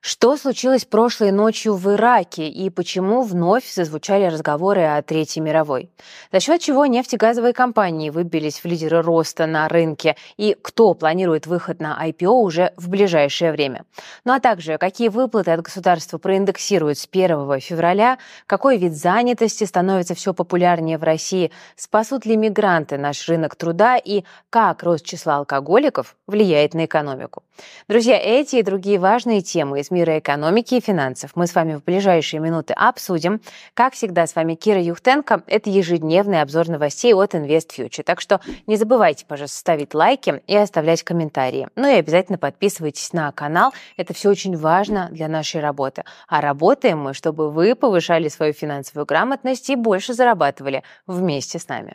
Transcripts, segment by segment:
Что случилось прошлой ночью в Ираке и почему вновь зазвучали разговоры о Третьей мировой? За счет чего нефтегазовые компании выбились в лидеры роста на рынке и кто планирует выход на IPO уже в ближайшее время? Ну а также, какие выплаты от государства проиндексируют с 1 февраля, какой вид занятости становится все популярнее в России, спасут ли мигранты наш рынок труда и как рост числа алкоголиков влияет на экономику? Друзья, эти и другие важные темы из мира экономики и финансов мы с вами в ближайшие минуты обсудим. Как всегда, с вами Кира Юхтенко. Это ежедневный обзор новостей от InvestFuture. Так что не забывайте, пожалуйста, ставить лайки и оставлять комментарии. Ну и обязательно подписывайтесь на канал. Это все очень важно для нашей работы. А работаем мы, чтобы вы повышали свою финансовую грамотность и больше зарабатывали вместе с нами.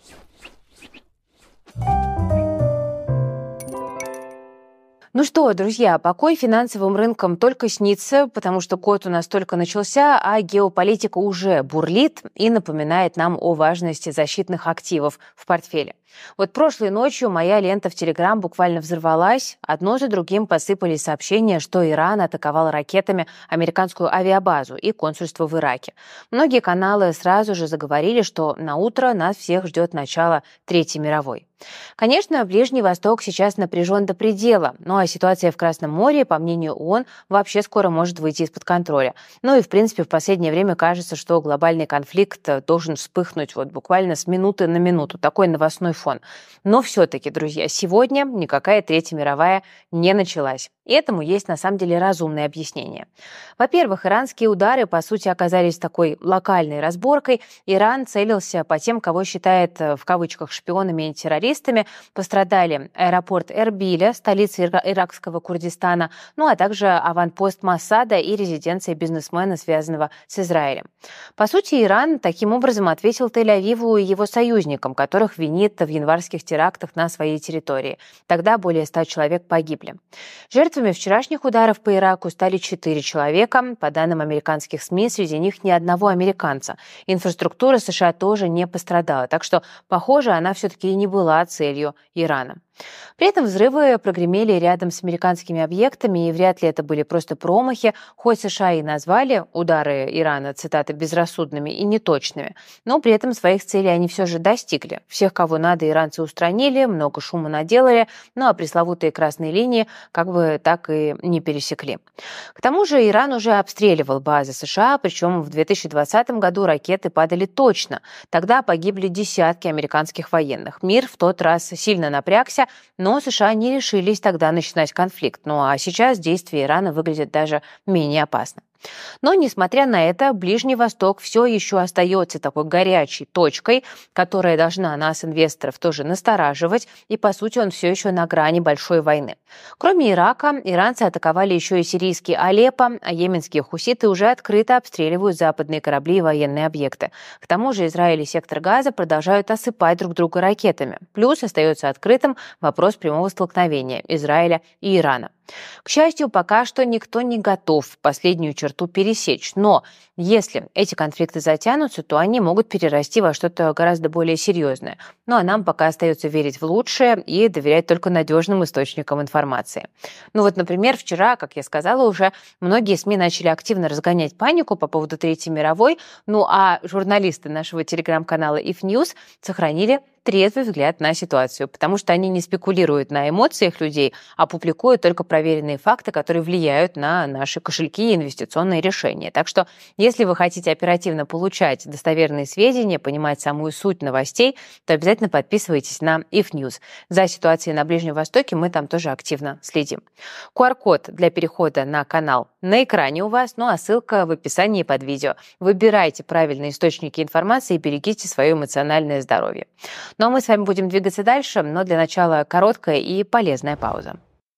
Ну что, друзья, покой финансовым рынкам только снится, потому что год у нас только начался, а геополитика уже бурлит и напоминает нам о важности защитных активов в портфеле. Вот прошлой ночью моя лента в Телеграм буквально взорвалась. Одно за другим посыпались сообщения, что Иран атаковал ракетами американскую авиабазу и консульство в Ираке. Многие каналы сразу же заговорили, что на утро нас всех ждет начало Третьей мировой. Конечно, Ближний Восток сейчас напряжен до предела, ну а ситуация в Красном море, по мнению ООН, вообще скоро может выйти из-под контроля. Ну и, в принципе, в последнее время кажется, что глобальный конфликт должен вспыхнуть вот буквально с минуты на минуту. Такой новостной фон. Но все-таки, друзья, сегодня никакая Третья мировая не началась. И этому есть, на самом деле, разумное объяснение. Во-первых, иранские удары, по сути, оказались такой локальной разборкой. Иран целился по тем, кого считает, в кавычках, шпионами и террористами. Пострадали аэропорт Эрбиля, столица иракского Курдистана, ну а также аванпост Моссада и резиденция бизнесмена, связанного с Израилем. По сути, Иран таким образом ответил Тель-Авиву и его союзникам, которых винит в январских терактах на своей территории. Тогда более 100 человек погибли. Жертвами вчерашних ударов по Ираку стали 4 человека. По данным американских СМИ, среди них ни одного американца. Инфраструктура США тоже не пострадала, так что, похоже, она все-таки и не была целью Ирана. При этом взрывы прогремели рядом с американскими объектами, и вряд ли это были просто промахи, хоть США и назвали удары Ирана, цитата, безрассудными и неточными, но при этом своих целей они все же достигли. Всех, кого надо, иранцы устранили, много шума наделали, ну а пресловутые красные линии как бы так и не пересекли. К тому же Иран уже обстреливал базы США, причем в 2020 году ракеты падали точно. Тогда погибли десятки американских военных. Мир в тот раз сильно напрягся, но США не решились тогда начинать конфликт. Ну а сейчас действия Ирана выглядят даже менее опасно. Но, несмотря на это, Ближний Восток все еще остается такой горячей точкой, которая должна нас, инвесторов, тоже настораживать, и, по сути, он все еще на грани большой войны. Кроме Ирака, иранцы атаковали еще и сирийский Алеппо, а йеменские хуситы уже открыто обстреливают западные корабли и военные объекты. К тому же Израиль и сектор Газа продолжают осыпать друг друга ракетами. Плюс остается открытым вопрос прямого столкновения Израиля и Ирана. К счастью, пока что никто не готов последнюю черту пересечь, но если эти конфликты затянутся, то они могут перерасти во что-то гораздо более серьезное. Ну а нам пока остается верить в лучшее и доверять только надежным источникам информации. Ну вот, например, вчера, как я сказала уже, многие СМИ начали активно разгонять панику по поводу Третьей мировой, ну а журналисты нашего телеграм-канала If News сохранили трезвый взгляд на ситуацию, потому что они не спекулируют на эмоциях людей, а публикуют только проверенные факты, которые влияют на наши кошельки и инвестиционные решения. Так что, если вы хотите оперативно получать достоверные сведения, понимать самую суть новостей, то обязательно подписывайтесь на If News. За ситуацией на Ближнем Востоке мы там тоже активно следим. QR-код для перехода на канал на экране у вас, ну а ссылка в описании под видео. Выбирайте правильные источники информации и берегите свое эмоциональное здоровье. Ну а мы с вами будем двигаться дальше, но для начала короткая и полезная пауза.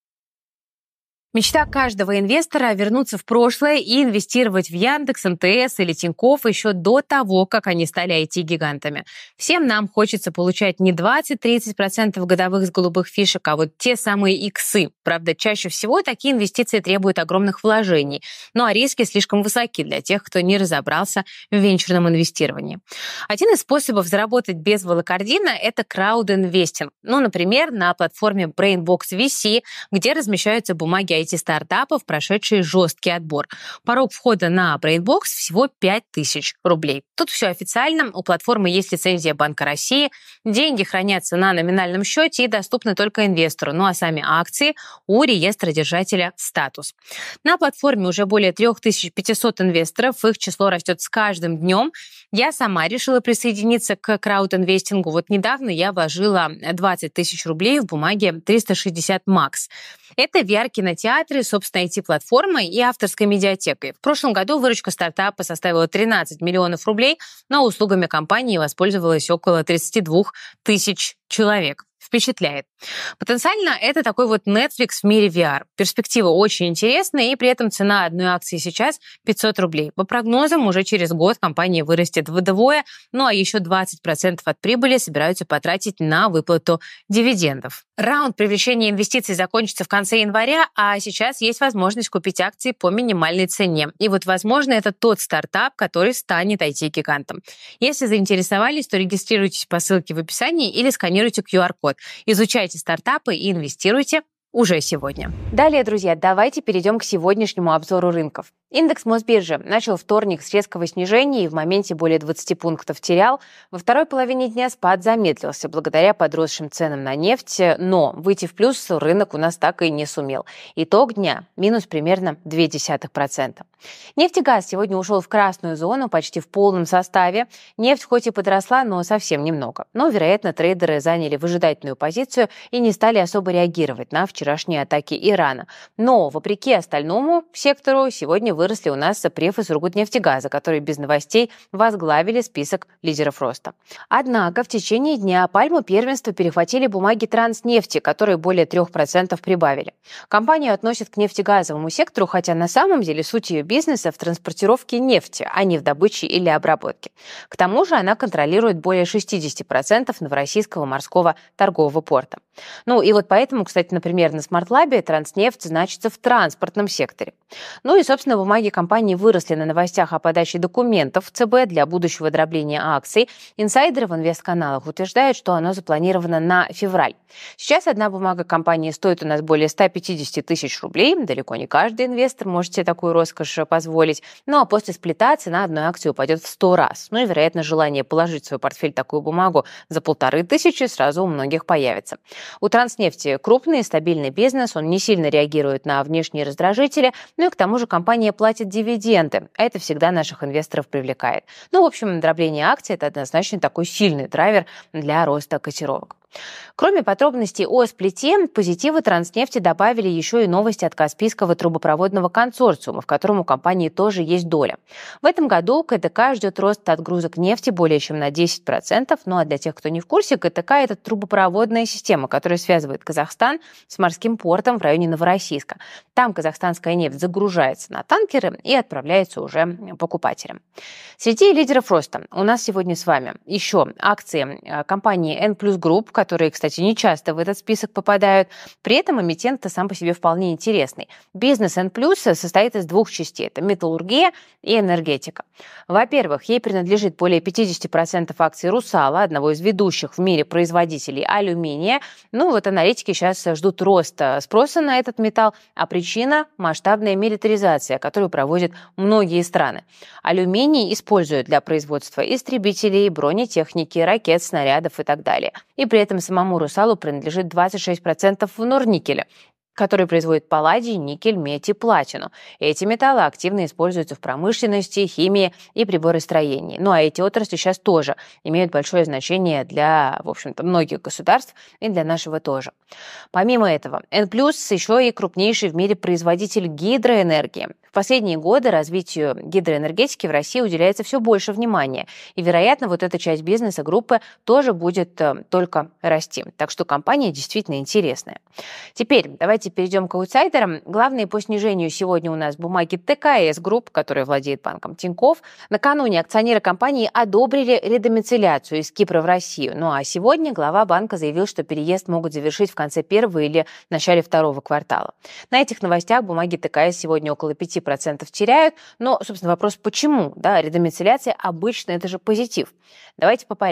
Мечта каждого инвестора — вернуться в прошлое и инвестировать в Яндекс, МТС или Тинькофф еще до того, как они стали IT-гигантами. Всем нам хочется получать не 20-30% годовых с голубых фишек, а вот те самые иксы. Правда, чаще всего такие инвестиции требуют огромных вложений, ну а риски слишком высоки для тех, кто не разобрался в венчурном инвестировании. Один из способов заработать без волокордина — это краудинвестинг. Ну, например, на платформе Brainbox VC, где размещаются бумаги IT-стартапов, прошедшие жесткий отбор. Порог входа на BrainBox всего 5000 рублей. Тут все официально, у платформы есть лицензия Банка России, деньги хранятся на номинальном счете и доступны только инвестору, ну а сами акции у реестродержателя «Статус». На платформе уже более 3500 инвесторов, их число растет с каждым днем. Я сама решила присоединиться к краудинвестингу. Вот недавно я вложила 20 тысяч рублей в бумаге 360 Max. Это VR-кинотеатры, собственно, IT-платформа и авторской медиатекой. В прошлом году выручка стартапа составила 13 миллионов рублей, но услугами компании воспользовалось около 32 тысяч человек. Впечатляет. Потенциально это такой вот Netflix в мире VR. Перспектива очень интересная, и при этом цена одной акции сейчас 500 рублей. По прогнозам, уже через год компания вырастет вдвое, ну а еще 20% от прибыли собираются потратить на выплату дивидендов. Раунд привлечения инвестиций закончится в конце января, а сейчас есть возможность купить акции по минимальной цене. И вот, возможно, это тот стартап, который станет IT-гигантом. Если заинтересовались, то регистрируйтесь по ссылке в описании или сканируйте QR-код. Изучайте стартапы и инвестируйте уже сегодня. Далее, друзья, давайте перейдем к сегодняшнему обзору рынков. Индекс Мосбиржи начал вторник с резкого снижения и в моменте более 20 пунктов терял. Во второй половине дня спад замедлился благодаря подросшим ценам на нефть, но выйти в плюс рынок у нас так и не сумел. Итог дня – минус примерно 0,2%. Нефть и газ сегодня ушел в красную зону почти в полном составе. Нефть хоть и подросла, но совсем немного. Но, вероятно, трейдеры заняли выжидательную позицию и не стали особо реагировать на вчерашние атаки Ирана. Но, вопреки остальному сектору, сегодня выросли у нас преф и Сургутнефтегаза, которые без новостей возглавили список лидеров роста. Однако в течение дня пальму первенства перехватили бумаги Транснефти, которые более 3% прибавили. Компанию относят к нефтегазовому сектору, хотя на самом деле суть ее бизнеса в транспортировке нефти, а не в добыче или обработке. К тому же она контролирует более 60% Новороссийского морского торгового порта. Ну и вот поэтому, кстати, например, на Смартлабе Транснефть значится в транспортном секторе. Ну и, собственно, бумаги компании выросли на новостях о подаче документов в ЦБ для будущего дробления акций. Инсайдеры в инвестканалах утверждают, что оно запланировано на февраль. Сейчас одна бумага компании стоит у нас более 150 тысяч рублей. Далеко не каждый инвестор может себе такую роскошь позволить. Ну а после сплита цена одной акции упадет в 100 раз. Ну и, вероятно, желание положить в свой портфель такую бумагу за 1500 сразу у многих появится. У Транснефти крупный и стабильный бизнес, он не сильно реагирует на внешние раздражители, ну и к тому же компания платит дивиденды, а это всегда наших инвесторов привлекает. Ну, в общем, дробление акций – это однозначно такой сильный драйвер для роста котировок. Кроме подробностей о сплите, позитивы Транснефти добавили еще и новости от Каспийского трубопроводного консорциума, в котором у компании тоже есть доля. В этом году КТК ждет рост отгрузок нефти более чем на 10%, ну а для тех, кто не в курсе, КТК – это трубопроводная система, которая связывает Казахстан с морским портом в районе Новороссийска. Там казахстанская нефть загружается на танкеры и отправляется уже покупателям. Среди лидеров роста у нас сегодня с вами еще акции компании N+ Group, которые, кстати, не часто в этот список попадают. При этом эмитент сам по себе вполне интересный. Бизнес N+ состоит из двух частей. Это металлургия и энергетика. Во-первых, ей принадлежит более 50% акций «Русала», одного из ведущих в мире производителей алюминия. Ну вот аналитики сейчас ждут роста спроса на этот металл, а причина – масштабная милитаризация, которую проводят многие страны. Алюминий используют для производства истребителей, бронетехники, ракет, снарядов и так далее. И при этом самому «Русалу» принадлежит 26% в Норникеле, который производит палладий, никель, медь и платину. Эти металлы активно используются в промышленности, химии и приборостроении. Ну а эти отрасли сейчас тоже имеют большое значение для, в общем-то, многих государств и для нашего тоже. Помимо этого, N+ еще и крупнейший в мире производитель гидроэнергии. В последние годы развитию гидроэнергетики в России уделяется все больше внимания. И, вероятно, вот эта часть бизнеса группы тоже будет только расти. Так что компания действительно интересная. Теперь давайте перейдем к аутсайдерам. Главные по снижению сегодня у нас бумаги ТКС Групп, которая владеет банком Тинькофф. Накануне акционеры компании одобрили редомицеляцию из Кипра в Россию. Ну а сегодня глава банка заявил, что переезд могут завершить в конце первого или начале второго квартала. На этих новостях бумаги ТКС сегодня около 5% теряют. Но, собственно, вопрос почему? Да, редомицеляция обычно это же позитив. Давайте по порядку.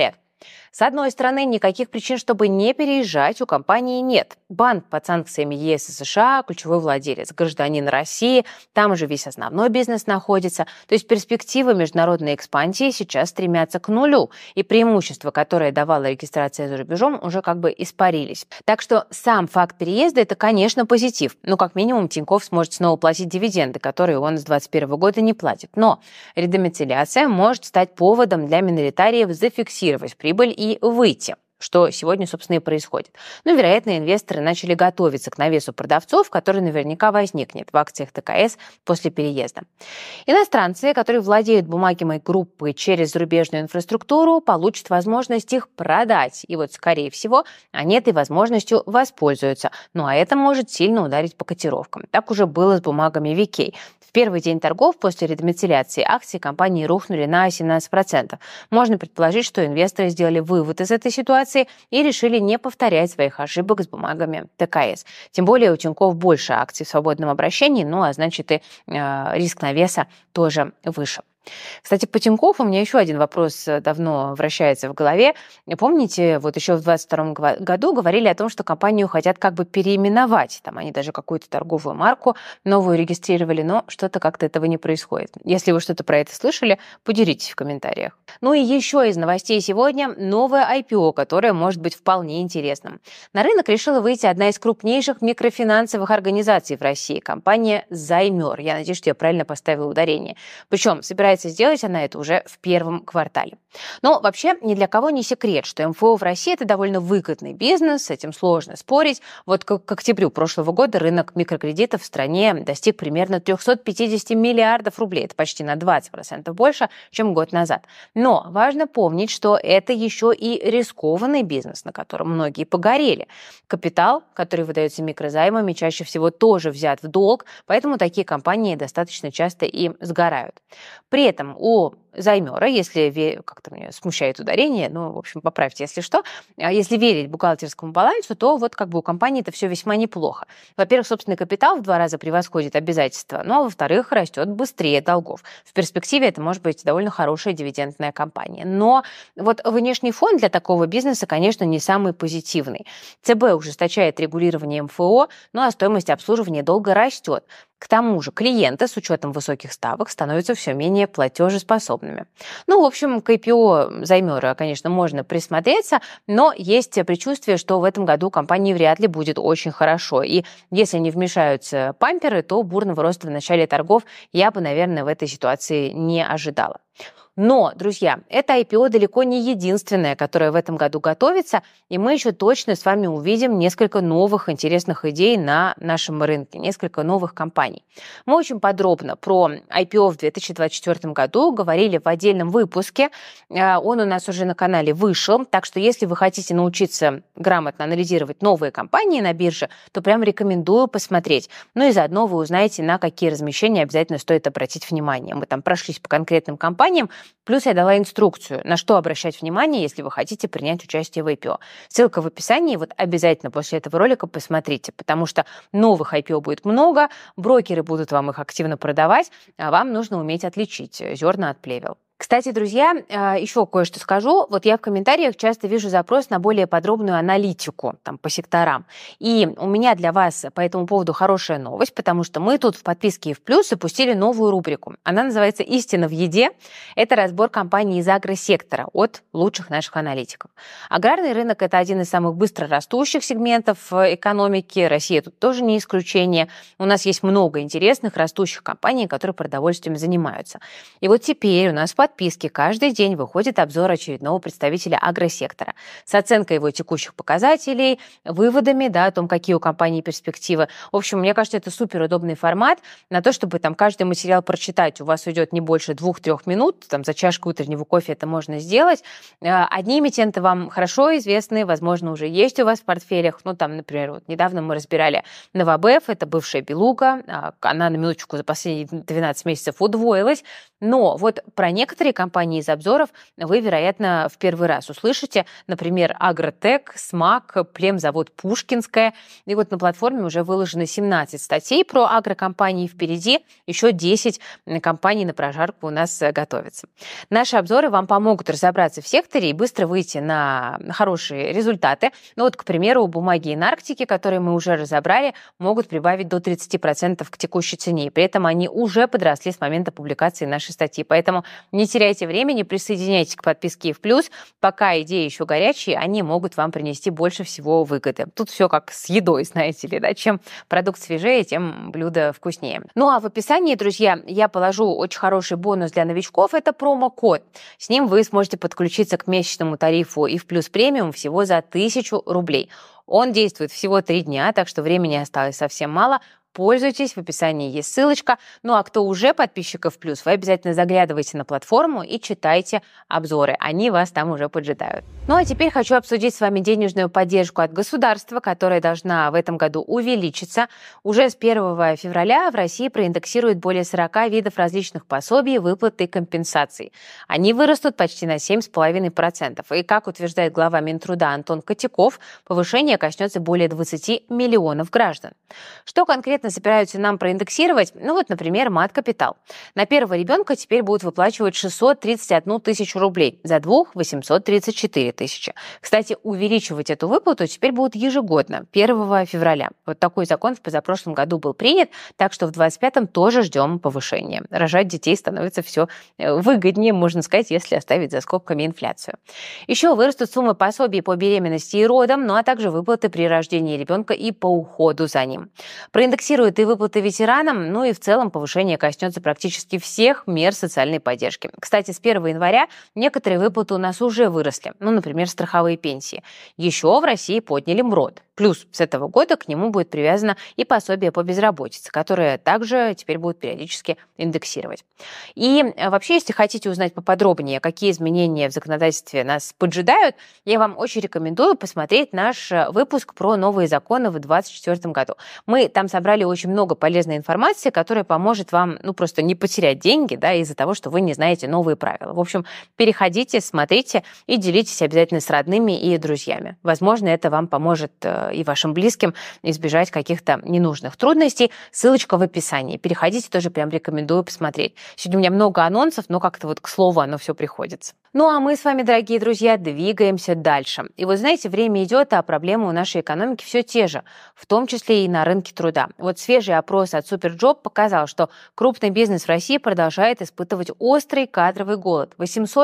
С одной стороны, никаких причин, чтобы не переезжать, у компании нет. Банк под санкциями ЕС и США, ключевой владелец, гражданин России, там уже весь основной бизнес находится. То есть перспективы международной экспансии сейчас стремятся к нулю, и преимущества, которые давала регистрация за рубежом, уже как бы испарились. Так что сам факт переезда – это, конечно, позитив. Ну, как минимум, Тинькофф сможет снова платить дивиденды, которые он с 2021 года не платит. Но редомицеляция может стать поводом для миноритариев зафиксировать прибыль и выйти, что сегодня, собственно, и происходит. Но, вероятно, инвесторы начали готовиться к навесу продавцов, который наверняка возникнет в акциях ТКС после переезда. Иностранцы, которые владеют бумагами группы через зарубежную инфраструктуру, получат возможность их продать. И вот, скорее всего, они этой возможностью воспользуются. Ну а это может сильно ударить по котировкам. Так уже было с бумагами VK. В первый день торгов после редомицеляции акции компании рухнули на 17%. Можно предположить, что инвесторы сделали вывод из этой ситуации и решили не повторять своих ошибок с бумагами ТКС. Тем более у Тинькофф больше акций в свободном обращении, ну а значит и риск навеса тоже выше. Кстати, по Тинькоффу у меня еще один вопрос давно вращается в голове. Помните, вот еще в 2022 году говорили о том, что компанию хотят как бы переименовать. Там они даже какую-то торговую марку новую регистрировали, но что-то как-то этого не происходит. Если вы что-то про это слышали, поделитесь в комментариях. Ну и еще из новостей сегодня новое IPO, которое может быть вполне интересным. На рынок решила выйти одна из крупнейших микрофинансовых организаций в России, компания «Займер». Я надеюсь, что я правильно поставила ударение. Причем собирается сделать она это уже в первом квартале. Но вообще ни для кого не секрет, что МФО в России – это довольно выгодный бизнес, с этим сложно спорить. Вот к октябрю прошлого года рынок микрокредитов в стране достиг примерно 350 миллиардов рублей. Это почти на 20% больше, чем год назад. Но важно помнить, что это еще и рискованный бизнес, на котором многие погорели. Капитал, который выдается микрозаймами, чаще всего тоже взят в долг, поэтому такие компании достаточно часто и сгорают. При этом у Займера, если как-то меня смущает ударение, в общем, поправьте, если что, если верить бухгалтерскому балансу, то вот как бы у компании это все весьма неплохо. Во-первых, собственный капитал в 2 раза превосходит обязательства, ну а во-вторых, растет быстрее долгов. В перспективе это может быть довольно хорошая дивидендная компания. Но вот внешний фон для такого бизнеса, конечно, не самый позитивный. ЦБ ужесточает регулирование МФО, ну а стоимость обслуживания долга растет. К тому же клиенты с учетом высоких ставок становятся все менее платежеспособными. Ну, в общем, к IPO Займера, конечно, можно присмотреться, но есть предчувствие, что в этом году компании вряд ли будет очень хорошо. И если не вмешаются памперы, то бурного роста в начале торгов я бы, наверное, в этой ситуации не ожидала. Но, друзья, это IPO далеко не единственное, которое в этом году готовится, и мы еще точно с вами увидим несколько новых интересных идей на нашем рынке, несколько новых компаний. Мы очень подробно про IPO в 2024 году говорили в отдельном выпуске, он у нас уже на канале вышел, так что если вы хотите научиться грамотно анализировать новые компании на бирже, то прям рекомендую посмотреть. Ну и заодно вы узнаете, на какие размещения обязательно стоит обратить внимание. Мы там прошлись по конкретным компаниям, плюс я дала инструкцию, на что обращать внимание, если вы хотите принять участие в IPO. Ссылка в описании, вот обязательно после этого ролика посмотрите, потому что новых IPO будет много, брокеры будут вам их активно продавать, а вам нужно уметь отличить зерна от плевел. Кстати, друзья, еще кое-что скажу. Вот я в комментариях часто вижу запрос на более подробную аналитику там, по секторам. И у меня для вас по этому поводу хорошая новость, потому что мы тут в подписке и в плюс запустили новую рубрику. Она называется «Истина в еде». Это разбор компаний из агросектора от лучших наших аналитиков. Аграрный рынок – это один из самых быстро растущих сегментов экономики. Россия тут тоже не исключение. У нас есть много интересных растущих компаний, которые продовольствием занимаются. И вот теперь у нас в подписке каждый день выходит обзор очередного представителя агросектора с оценкой его текущих показателей, выводами, о том, какие у компании перспективы. В общем, мне кажется, это суперудобный формат на то, чтобы там каждый материал прочитать. У вас уйдет не больше 2-3 минут, там за чашку утреннего кофе это можно сделать. Одни эмитенты вам хорошо известны, возможно, уже есть у вас в портфелях. Ну, там, например, вот недавно мы разбирали Новобэв, это бывшая Белуга, она на минуточку за последние 12 месяцев удвоилась. Но вот про некоторые некоторые компании из обзоров вы, вероятно, в первый раз услышите. Например, Агротек, СМАК, Племзавод Пушкинская. И вот на платформе уже выложены 17 статей про агрокомпании. Впереди еще 10 компаний на прожарку у нас готовятся. Наши обзоры вам помогут разобраться в секторе и быстро выйти на хорошие результаты. Ну вот, к примеру, бумаги Инарктики, которые мы уже разобрали, могут прибавить до 30% к текущей цене. И при этом они уже подросли с момента публикации нашей статьи. Поэтому не теряйте времени, присоединяйтесь к подписке в плюс. Пока идеи еще горячие, они могут вам принести больше всего выгоды. Тут все как с едой, знаете ли, да? Чем продукт свежее, тем блюдо вкуснее. Ну а в описании, друзья, я положу очень хороший бонус для новичков. Это промокод. С ним вы сможете подключиться к месячному тарифу и в плюс премиум всего за 1000 рублей. Он действует всего 3 дня, так что времени осталось совсем мало. Пользуйтесь, в описании есть ссылочка. Ну а кто уже подписчиков плюс, вы обязательно заглядывайте на платформу и читайте обзоры. Они вас там уже поджидают. Ну а теперь хочу обсудить с вами денежную поддержку от государства, которая должна в этом году увеличиться. Уже с 1 февраля в России проиндексируют более 40 видов различных пособий, выплат и компенсаций. Они вырастут почти на 7,5%. И, как утверждает глава Минтруда Антон Котяков, повышение коснется более 20 миллионов граждан. Что конкретно собираются нам проиндексировать? Ну вот, например, мат-капитал. На первого ребенка теперь будут выплачивать 631 тысячу рублей, за двух – 834 тысячи. Кстати, увеличивать эту выплату теперь будут ежегодно, 1 февраля. Вот такой закон в позапрошлом году был принят, так что в 2025 тоже ждем повышения. Рожать детей становится все выгоднее, можно сказать, если оставить за скобками инфляцию. Еще вырастут суммы пособий по беременности и родам, ну а также выплаты при рождении ребенка и по уходу за ним. Проиндексируют и выплаты ветеранам, ну и в целом повышение коснется практически всех мер социальной поддержки. Кстати, с 1 января некоторые выплаты у нас уже выросли, ну, например, страховые пенсии. Еще в России подняли МРОД. Плюс с этого года к нему будет привязано и пособие по безработице, которое также теперь будут периодически индексировать. И вообще, если хотите узнать поподробнее, какие изменения в законодательстве нас поджидают, я вам очень рекомендую посмотреть наш выпуск про новые законы в 2024 году. Мы там собрали очень много полезной информации, которая поможет вам, ну, просто не потерять деньги, да, из-за того, что вы не знаете новые правила. В общем, переходите, смотрите и делитесь обязательно с родными и друзьями. Возможно, это вам поможет и вашим близким избежать каких-то ненужных трудностей. Ссылочка в описании. Переходите, тоже прям рекомендую посмотреть. Сегодня у меня много анонсов, но как-то вот к слову оно все приходится. Ну а мы с вами, дорогие друзья, двигаемся дальше. И вот знаете, время идет, а проблемы у нашей экономики все те же, в том числе и на рынке труда. Вот свежий опрос от Суперджоп показал, что крупный бизнес в России продолжает испытывать острый кадровый голод.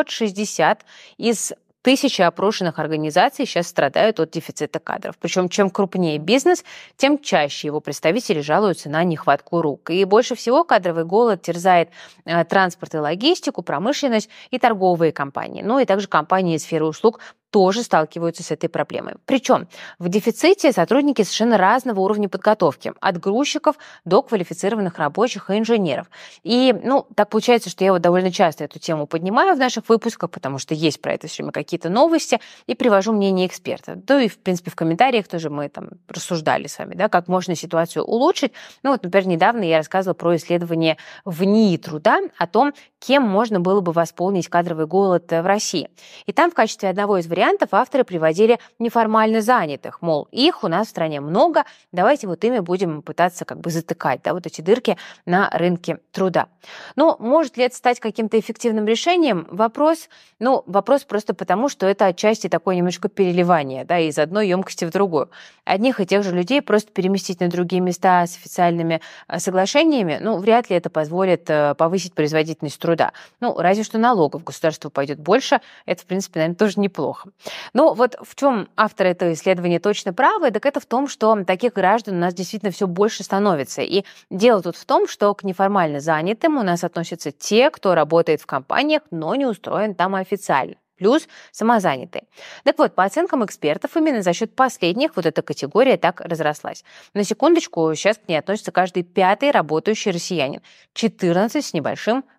860 из 1000 опрошенных организаций сейчас страдают от дефицита кадров. Причем чем крупнее бизнес, тем чаще его представители жалуются на нехватку рук. И больше всего кадровый голод терзает транспорт и логистику, промышленность и торговые компании. Ну и также компании из сферы услуг тоже сталкиваются с этой проблемой. Причем в дефиците сотрудники совершенно разного уровня подготовки, от грузчиков до квалифицированных рабочих и инженеров. И, так получается, что я вот довольно часто эту тему поднимаю в наших выпусках, потому что есть про это все время какие-то новости, и привожу мнение экспертов. Да и, в принципе, в комментариях тоже мы там рассуждали с вами, да, как можно ситуацию улучшить. Например, недавно я рассказывала про исследование в НИИ труда о том, кем можно было бы восполнить кадровый голод в России. И там в качестве одного из вариантов авторы приводили неформально занятых, мол, их у нас в стране много, давайте вот ими будем пытаться как бы затыкать, да, вот эти дырки на рынке труда. Но может ли это стать каким-то эффективным решением? Вопрос просто потому, что это отчасти такое немножко переливание, да, из одной емкости в другую. Одних и тех же людей просто переместить на другие места с официальными соглашениями, вряд ли это позволит повысить производительность труда. Разве что налогов государству пойдет больше, это, в принципе, наверное, тоже неплохо. Но вот в чем авторы этого исследования точно правы, так это в том, что таких граждан у нас действительно все больше становится. И дело тут в том, что к неформально занятым у нас относятся те, кто работает в компаниях, но не устроен там официально. Плюс самозанятые. Так вот, по оценкам экспертов, именно за счет последних вот эта категория так разрослась. На секундочку, сейчас к ней относится каждый 5-й работающий россиянин. 14 с небольшим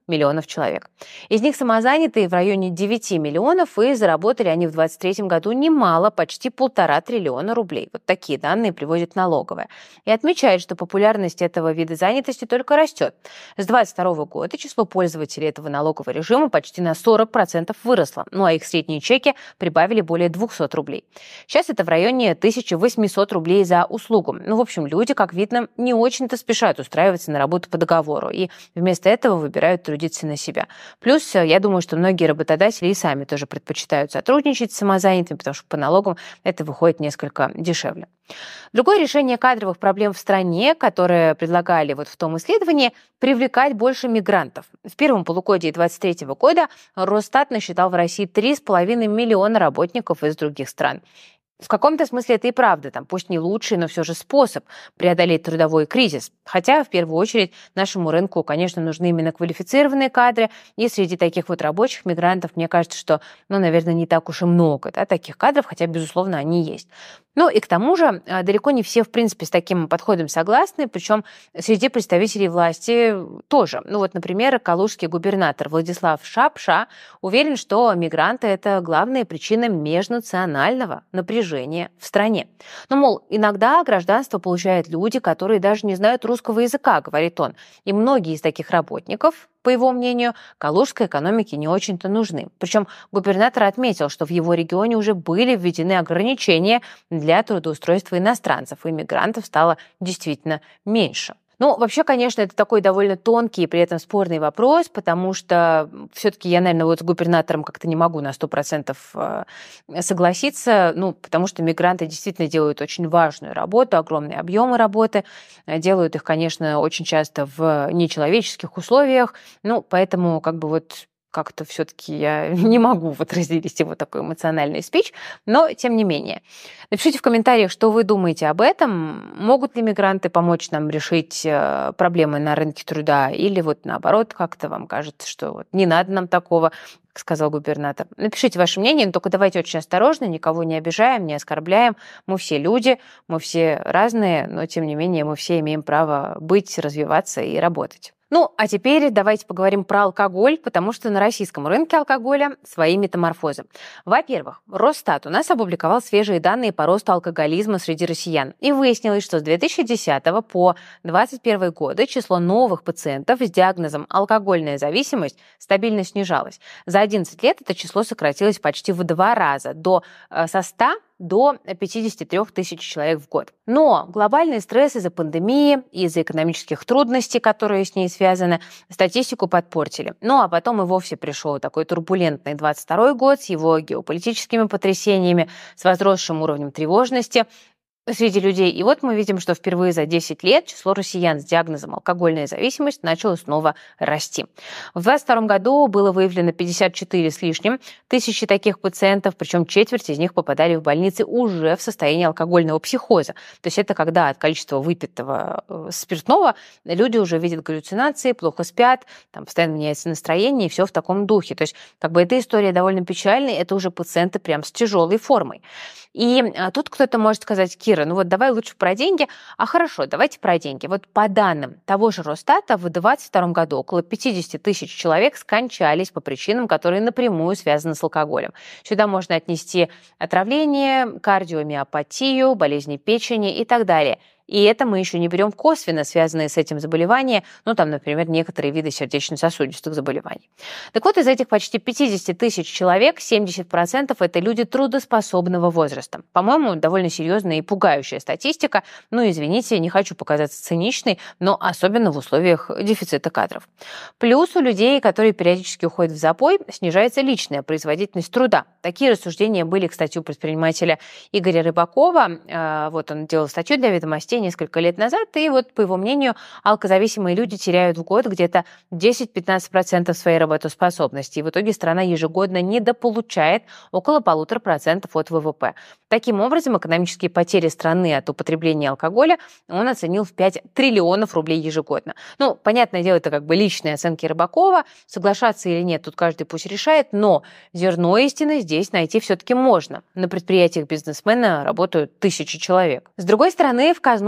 миллионов человек. Из них самозанятые в районе 9 миллионов, и заработали они в 2023 году немало, почти 1,5 триллиона рублей. Вот такие данные приводит налоговая. И отмечает, что популярность этого вида занятости только растет. С 2022 года число пользователей этого налогового режима почти на 40% выросло, ну а их средние чеки прибавили более 200 рублей. Сейчас это в районе 1800 рублей за услугу. Ну, в общем, люди, как видно, не очень-то спешат устраиваться на работу по договору и вместо этого выбирают трудиться на себя. Плюс, я думаю, что многие работодатели и сами тоже предпочитают сотрудничать с самозанятыми, потому что по налогам это выходит несколько дешевле. Другое решение кадровых проблем в стране, которое предлагали вот в том исследовании, привлекать больше мигрантов. В первом полугодии 2023 года Росстат насчитал в России 3,5 миллиона работников из других стран. В каком-то смысле это и правда, пусть не лучший, но все же способ преодолеть трудовой кризис. Хотя, в первую очередь, нашему рынку, конечно, нужны именно квалифицированные кадры, и среди таких вот рабочих мигрантов, мне кажется, что, наверное, не так уж и много таких кадров, хотя, безусловно, они есть. Ну и к тому же далеко не все, в принципе, с таким подходом согласны, причем среди представителей власти тоже. Например, калужский губернатор Владислав Шапша уверен, что мигранты – это главная причина межнационального напряжения в стране. Мол, иногда гражданство получают люди, которые даже не знают русского языка, говорит он. И многие из таких работников, по его мнению, калужской экономике не очень-то нужны. Причем губернатор отметил, что в его регионе уже были введены ограничения для трудоустройства иностранцев, и мигрантов стало действительно меньше. Вообще, конечно, это такой довольно тонкий и при этом спорный вопрос, потому что все-таки я, наверное, с губернатором как-то не могу на 100% согласиться, потому что мигранты действительно делают очень важную работу, огромные объемы работы, делают их, конечно, очень часто в нечеловеческих условиях, поэтому как-то все-таки я не могу разделить его такой эмоциональный спич, но тем не менее. Напишите в комментариях, что вы думаете об этом. Могут ли мигранты помочь нам решить проблемы на рынке труда? Или наоборот, как-то вам кажется, что не надо нам такого, как сказал губернатор. Напишите ваше мнение, но только давайте очень осторожно, никого не обижаем, не оскорбляем. Мы все люди, мы все разные, но тем не менее мы все имеем право быть, развиваться и работать. А теперь давайте поговорим про алкоголь, потому что на российском рынке алкоголя свои метаморфозы. Во-первых, Росстат у нас опубликовал свежие данные по росту алкоголизма среди россиян. И выяснилось, что с 2010 по 2021 годы число новых пациентов с диагнозом алкогольная зависимость стабильно снижалось. За 11 лет это число сократилось почти в 2 раза, со 100 до 53 тысяч человек в год. Но глобальный стресс из-за пандемии, из-за экономических трудностей, которые с ней связаны, статистику подпортили. А потом и вовсе пришел такой турбулентный 22 год с его геополитическими потрясениями, с возросшим уровнем тревожности среди людей. И мы видим, что впервые за 10 лет число россиян с диагнозом алкогольная зависимость начало снова расти. В 2022 году было выявлено 54 с лишним тысячи таких пациентов, причем четверть из них попадали в больницы уже в состоянии алкогольного психоза. То есть это когда от количества выпитого спиртного люди уже видят галлюцинации, плохо спят, постоянно меняется настроение, и все в таком духе. То есть эта история довольно печальная, это уже пациенты прям с тяжелой формой. И тут кто-то может сказать: Кира, давай лучше про деньги. Хорошо, давайте про деньги. По данным того же Росстата, в 2022 году около 50 тысяч человек скончались по причинам, которые напрямую связаны с алкоголем. Сюда можно отнести отравление, кардиомиопатию, болезни печени и так далее. И это мы еще не берем косвенно связанные с этим заболевания, например, некоторые виды сердечно-сосудистых заболеваний. Так вот, из этих почти 50 тысяч человек 70% это люди трудоспособного возраста. По-моему, довольно серьезная и пугающая статистика. Извините, не хочу показаться циничной, но особенно в условиях дефицита кадров. Плюс у людей, которые периодически уходят в запой, снижается личная производительность труда. Такие рассуждения были, кстати, у предпринимателя Игоря Рыбакова. Он делал статью для «Ведомостей» несколько лет назад, и по его мнению, алкозависимые люди теряют в год где-то 10-15% своей работоспособности, и в итоге страна ежегодно недополучает около 1,5% от ВВП. Таким образом, экономические потери страны от употребления алкоголя он оценил в 5 триллионов рублей ежегодно. Понятное дело, это личные оценки Рыбакова, соглашаться или нет, тут каждый пусть решает, но зерно истины здесь найти все-таки можно. На предприятиях бизнесмена работают тысячи человек. С другой стороны, в казну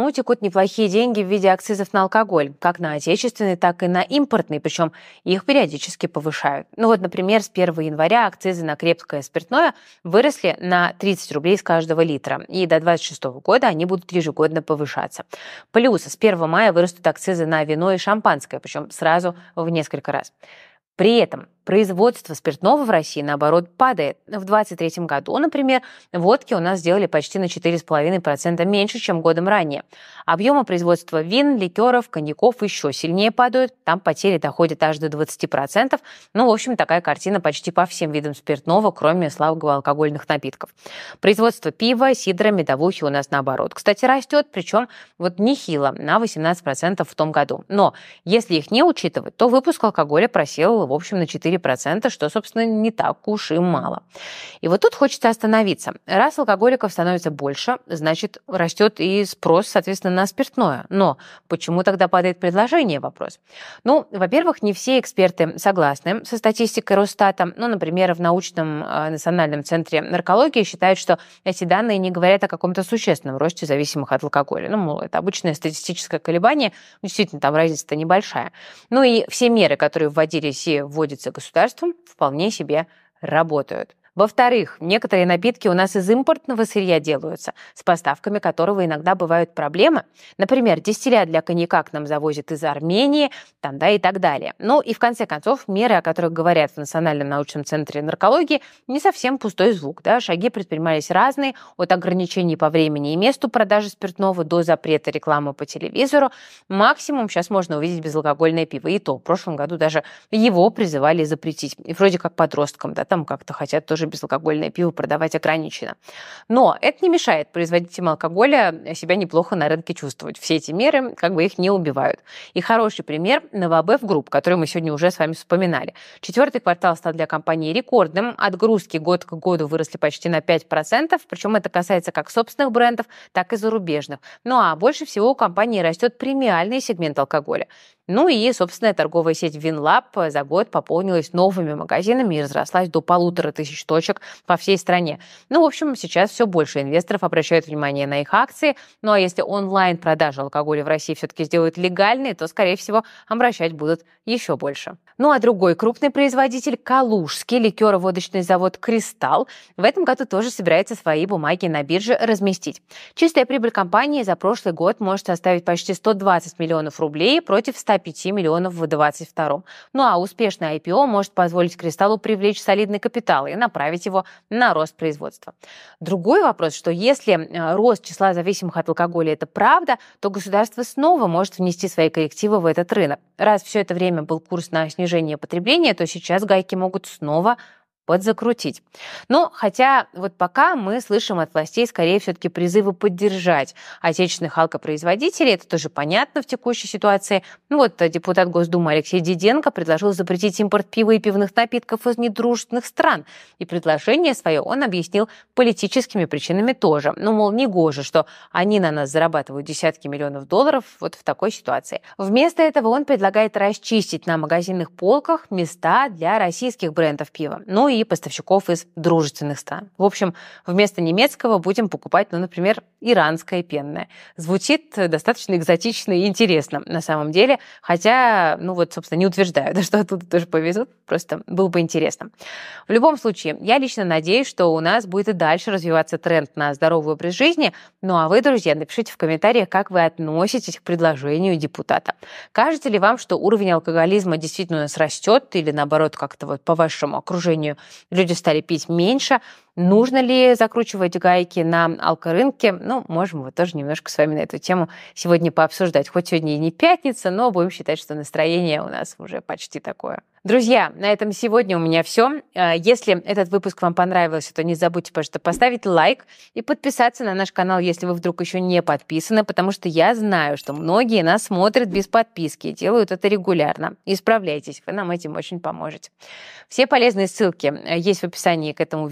текут неплохие деньги в виде акцизов на алкоголь, как на отечественный, так и на импортный, причем их периодически повышают. Ну вот, например, с 1 января акцизы на крепкое спиртное выросли на 30 рублей с каждого литра, и до 2026 года они будут ежегодно повышаться. Плюс с 1 мая вырастут акцизы на вино и шампанское, причем сразу в несколько раз. При этом производство спиртного в России, наоборот, падает. В 2023 году, например, водки у нас сделали почти на 4,5% меньше, чем годом ранее. Объемы производства вин, ликеров, коньяков еще сильнее падают. Там потери доходят аж до 20%. Ну, в общем, такая картина почти по всем видам спиртного, кроме слабоалкогольных напитков. Производство пива, сидра, медовухи у нас, наоборот, кстати, растет, причем вот нехило, на 18% в том году. Но если их не учитывать, то выпуск алкоголя просел, в общем, на 4%, что, собственно, не так уж и мало. И вот тут хочется остановиться. Раз алкоголиков становится больше, значит, растет и спрос, соответственно, на спиртное. Но почему тогда падает предложение? Вопрос. Ну, во-первых, не все эксперты согласны со статистикой Росстата. Ну, например, в научном национальном центре наркологии считают, что эти данные не говорят о каком-то существенном росте зависимых от алкоголя. Ну, мол, это обычное статистическое колебание, действительно, там разница-то небольшая. Ну и все меры, которые вводились и вводятся государством, вполне себе работают. Во-вторых, некоторые напитки у нас из импортного сырья делаются, с поставками которого иногда бывают проблемы. Например, дистиллят для коньяка к нам завозят из Армении, там, да, и так далее. Ну и в конце концов, меры, о которых говорят в Национальном научном центре наркологии, не совсем пустой звук. Да? Шаги предпринимались разные, от ограничений по времени и месту продажи спиртного до запрета рекламы по телевизору. Максимум сейчас можно увидеть безалкогольное пиво. И то в прошлом году даже его призывали запретить. И вроде как подросткам, да, там как-то хотят тоже безалкогольное пиво продавать ограниченно. Но это не мешает производителям алкоголя себя неплохо на рынке чувствовать. Все эти меры как бы их не убивают. И хороший пример – Новобев Групп, который мы сегодня уже с вами вспоминали. Четвертый квартал стал для компании рекордным. Отгрузки год к году выросли почти на 5%, причем это касается как собственных брендов, так и зарубежных. Ну а больше всего у компании растет премиальный сегмент алкоголя. Ну и собственная торговая сеть Винлаб за год пополнилась новыми магазинами и разрослась до 1500 точек по всей стране. Ну, в общем, сейчас все больше инвесторов обращают внимание на их акции. Ну а если онлайн-продажи алкоголя в России все-таки сделают легальной, то, скорее всего, обращать будут еще больше. Ну а другой крупный производитель, калужский ликероводочный завод «Кристалл», в этом году тоже собирается свои бумаги на бирже разместить. Чистая прибыль компании за прошлый год может составить почти 120 миллионов рублей против 105 миллионов в 2022. Ну а успешный IPO может позволить «Кристаллу» привлечь солидный капитал и направить его на рост производства. Другой вопрос, что если рост числа зависимых от алкоголя – это правда, то государство снова может внести свои коррективы в этот рынок. Раз все это время был курс на снижение потребления, то сейчас гайки могут снова подзакрутить. Но хотя вот пока мы слышим от властей скорее все-таки призывы поддержать отечественных алкопроизводителей, это тоже понятно в текущей ситуации. Ну вот депутат Госдумы Алексей Диденко предложил запретить импорт пива и пивных напитков из недружественных стран. И предложение свое он объяснил политическими причинами тоже. Ну, мол, негоже, что они на нас зарабатывают десятки миллионов долларов вот в такой ситуации. Вместо этого он предлагает расчистить на магазинных полках места для российских брендов пива. Ну и поставщиков из дружественных стран. В общем, вместо немецкого будем покупать, ну, например, иранское пенное. Звучит достаточно экзотично и интересно на самом деле, хотя, ну вот, собственно, не утверждаю, да, что оттуда тоже повезут, просто было бы интересно. В любом случае, я лично надеюсь, что у нас будет и дальше развиваться тренд на здоровый образ жизни. Ну а вы, друзья, напишите в комментариях, как вы относитесь к предложению депутата. Кажется ли вам, что уровень алкоголизма действительно у нас растет или, наоборот, как-то вот по вашему окружению люди стали пить меньше? Нужно ли закручивать гайки на алкорынке? Ну, можем вот тоже немножко с вами на эту тему сегодня пообсуждать. Хоть сегодня и не пятница, но будем считать, что настроение у нас уже почти такое. Друзья, на этом сегодня у меня все. Если этот выпуск вам понравился, то не забудьте, пожалуйста, поставить лайк и подписаться на наш канал, если вы вдруг еще не подписаны, потому что я знаю, что многие нас смотрят без подписки и делают это регулярно. Исправляйтесь, вы нам этим очень поможете. Все полезные ссылки есть в описании к этому видео.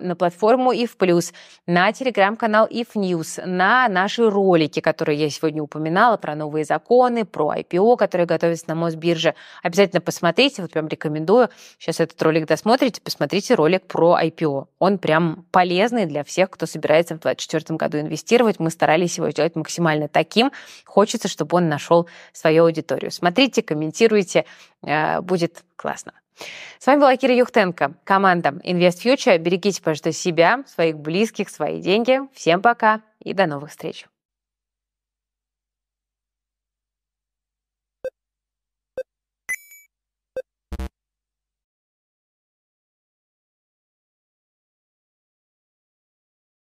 на платформу IF+, на телеграм-канал IF News, на наши ролики, которые я сегодня упоминала, про новые законы, про IPO, которые готовятся на Мосбирже. Обязательно посмотрите, вот прям рекомендую. Сейчас этот ролик досмотрите, посмотрите ролик про IPO. Он прям полезный для всех, кто собирается в 2024 году инвестировать. Мы старались его сделать максимально таким. Хочется, чтобы он нашел свою аудиторию. Смотрите, комментируйте, будет классно. С вами была Кира Юхтенко, команда Invest Future. Берегите, пожалуйста, себя, своих близких, свои деньги. Всем пока и до новых встреч.